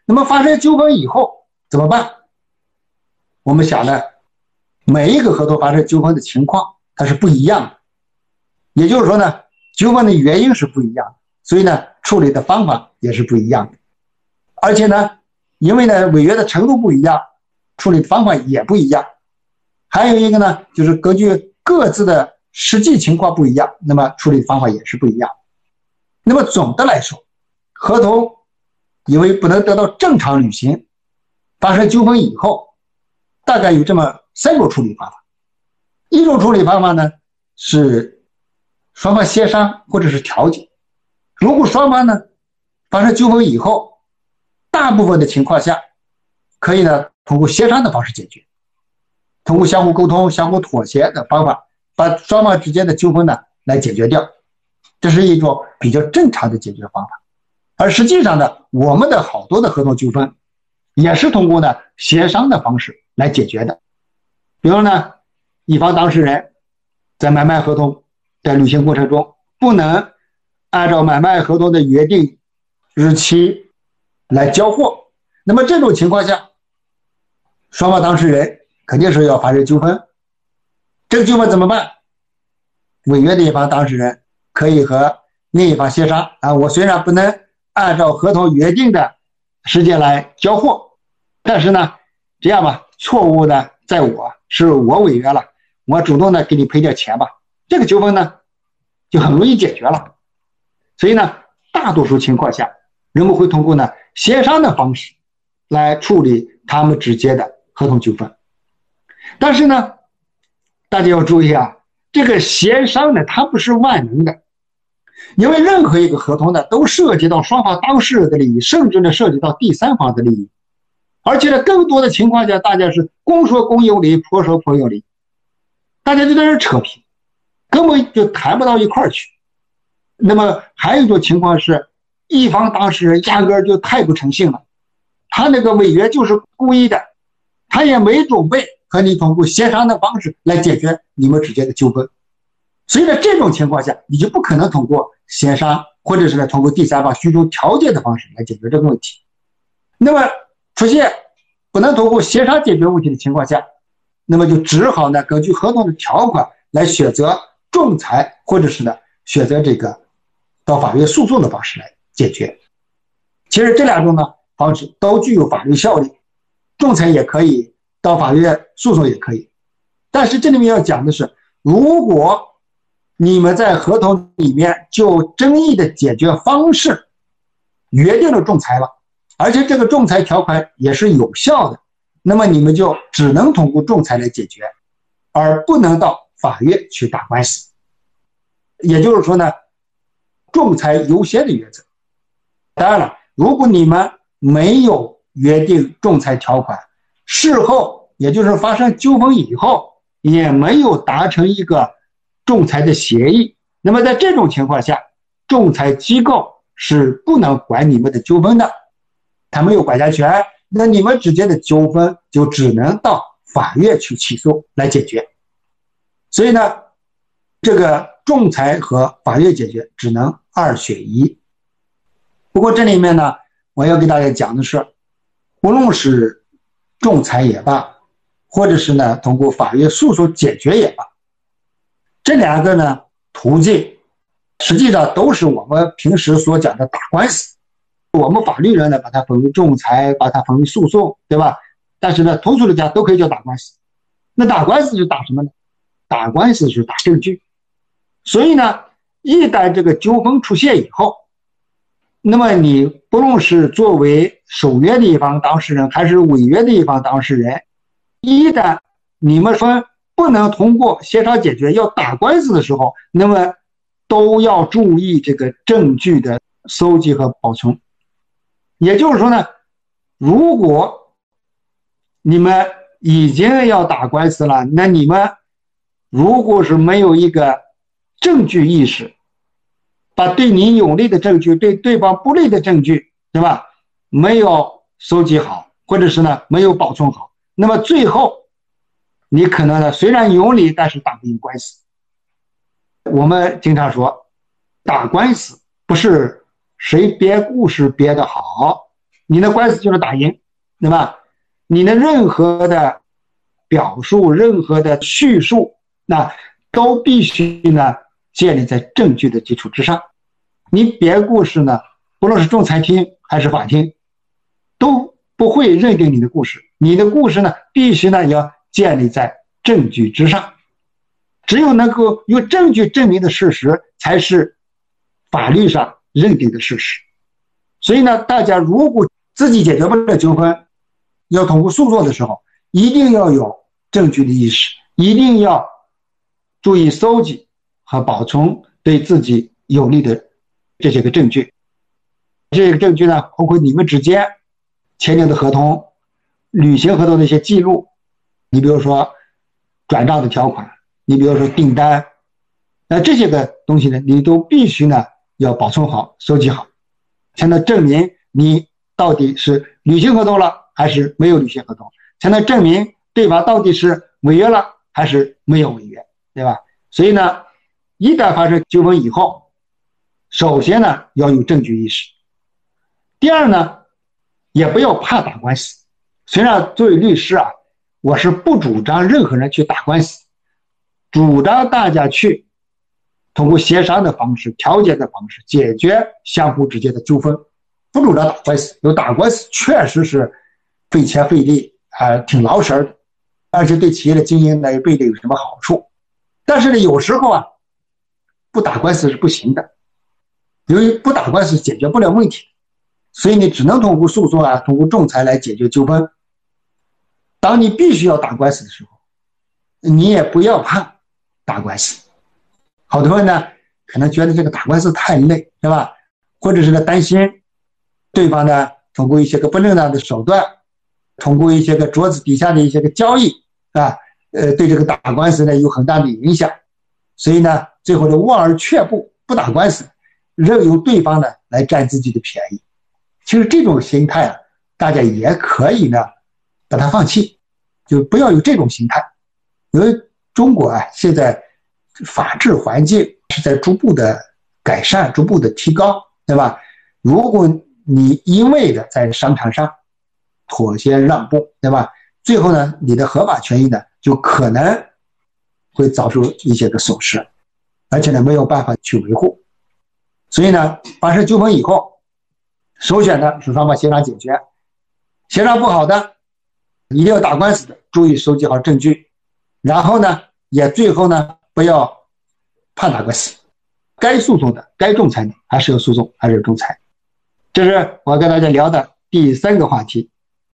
那么发生纠纷以后怎么办？我们想呢，每一个合同发生纠纷的情况它是不一样的，也就是说呢，纠纷的原因是不一样的，所以呢，处理的方法也是不一样的。而且呢，因为呢违约的程度不一样，处理的方法也不一样。还有一个呢，就是根据各自的实际情况不一样，那么处理的方法也是不一样。那么总的来说，合同因为不能得到正常履行，发生纠纷以后，大概有这么3种处理方法。一种处理方法呢是双方协商或者是调解。如果双方呢发生纠纷以后，大部分的情况下可以呢通过协商的方式解决，通过相互沟通、相互妥协的方法，把双方之间的纠纷呢来解决掉。这是一种比较正常的解决方法。而实际上呢，我们的好多的合同纠纷也是通过呢协商的方式来解决的。比如呢，一方当事人在买卖合同的履行过程中，不能按照买卖合同的约定日期来交货，那么这种情况下，双方当事人肯定是要发生纠纷。这个纠纷怎么办？违约的一方当事人可以和另一方协商我虽然不能按照合同约定的时间来交货，但是呢，这样吧，错误呢在我，是我违约了，我主动的给你赔点钱吧，这个纠纷呢就很容易解决了。所以呢，大多数情况下，人们会通过呢协商的方式来处理他们之间的合同纠纷。但是呢，大家要注意这个协商呢，它不是万能的，因为任何一个合同呢，都涉及到双方当事人的利益，甚至呢涉及到第三方的利益。而且呢，更多的情况下，大家是公说公有理，婆说婆有理，大家就在这扯皮，根本就谈不到一块儿去。那么还有一种情况是，一方当事人压根儿就太不诚信了，他那个违约就是故意的，他也没准备和你通过协商的方式来解决你们之间的纠纷。所以在这种情况下，你就不可能通过协商或者是呢通过第三方寻求调解的方式来解决这个问题。那么出现不能通过协商解决问题的情况下，那么就只好呢根据合同的条款来选择仲裁，或者是呢选择这个到法院诉讼的方式来解决。其实这2种呢方式都具有法律效力，仲裁也可以，到法院诉讼也可以。但是这里面要讲的是，如果你们在合同里面就争议的解决方式约定了仲裁了，而且这个仲裁条款也是有效的，那么你们就只能通过仲裁来解决，而不能到法院去打官司。也就是说呢，仲裁优先的原则。当然了，如果你们没有约定仲裁条款，事后也就是发生纠纷以后也没有达成一个仲裁的协议，那么在这种情况下，仲裁机构是不能管你们的纠纷的，他没有管辖权，那你们之间的纠纷就只能到法院去起诉来解决。所以呢，这个仲裁和法院解决只能2选1。不过这里面呢，我要给大家讲的是，无论是仲裁也罢，或者是呢通过法院诉讼解决也罢，这2个呢途径实际上都是我们平时所讲的打官司。我们法律人呢把它分为仲裁，把它分为诉讼，对吧？但是呢通俗的讲都可以叫打官司。那打官司是打什么呢？打官司是打证据。所以呢，一旦这个纠纷出现以后，那么你不论是作为受约的一方当事人还是违约的一方当事人，一旦你们说不能通过协商解决要打官司的时候，那么都要注意这个证据的搜集和保存。也就是说呢，如果你们已经要打官司了，那你们如果是没有一个证据意识，把对你有利的证据对对方不利的证据，对吧，没有收集好，或者是呢没有保存好，那么最后你可能呢虽然有理，但是打不赢官司。我们经常说打官司不是谁编故事编得好， 你的官司就是打赢，对吧？你的任何的表述、任何的叙述，那都必须呢建立在证据的基础之上。你编故事呢，不论是仲裁庭还是法庭，都不会认定你的故事。你的故事呢，必须呢要建立在证据之上。只有能够有证据证明的事实，才是法律上认定的事实。所以呢，大家如果自己解决不了纠纷，要通过诉讼的时候，一定要有证据的意识，一定要注意搜集和保存对自己有利的这些个证据。这个证据呢，包括你们之间签订的合同、履行合同的一些记录，你比如说转账的条款，你比如说订单，那这些个东西呢，你都必须呢要保存好、收集好，才能证明你到底是履行合同了还是没有履行合同，才能证明对方到底是违约了还是没有违约，对吧？所以呢，一旦发生纠纷以后，首先呢要有证据意识。第二呢，也不要怕打官司。虽然作为律师啊，我是不主张任何人去打官司，主张大家去通过协商的方式、调解的方式解决相互之间的纠纷，不主张打官司。有打官司确实是费钱费力挺劳神的，而且对企业的经营呢也不一定有什么好处。但是呢，有时候啊，不打官司是不行的，因为不打官司解决不了问题，所以你只能通过诉讼啊，通过仲裁来解决纠纷。当你必须要打官司的时候，你也不要怕打官司。好多人呢可能觉得这个打官司太累，是吧？或者是呢担心对方呢通过一些个不正当的手段，通过一些个桌子底下的一些个交易啊，对这个打官司呢有很大的影响，所以呢最后呢望而却步，不打官司，任由对方呢来占自己的便宜。其实这种心态啊，大家也可以呢把它放弃，就不要有这种心态。因为中国啊现在法治环境是在逐步的改善，逐步的提高，对吧？如果你一味的在商场上妥协让步，对吧？最后呢，你的合法权益呢就可能会遭受一些个损失，而且呢没有办法去维护。所以呢，发生纠纷以后，首选的是双方协商解决，协商不好的，一定要打官司的，注意收集好证据，然后呢，也最后呢不要怕打官司，该诉讼的、该仲裁的还是要诉讼，还是要仲裁。这是我跟大家聊的第3个话题。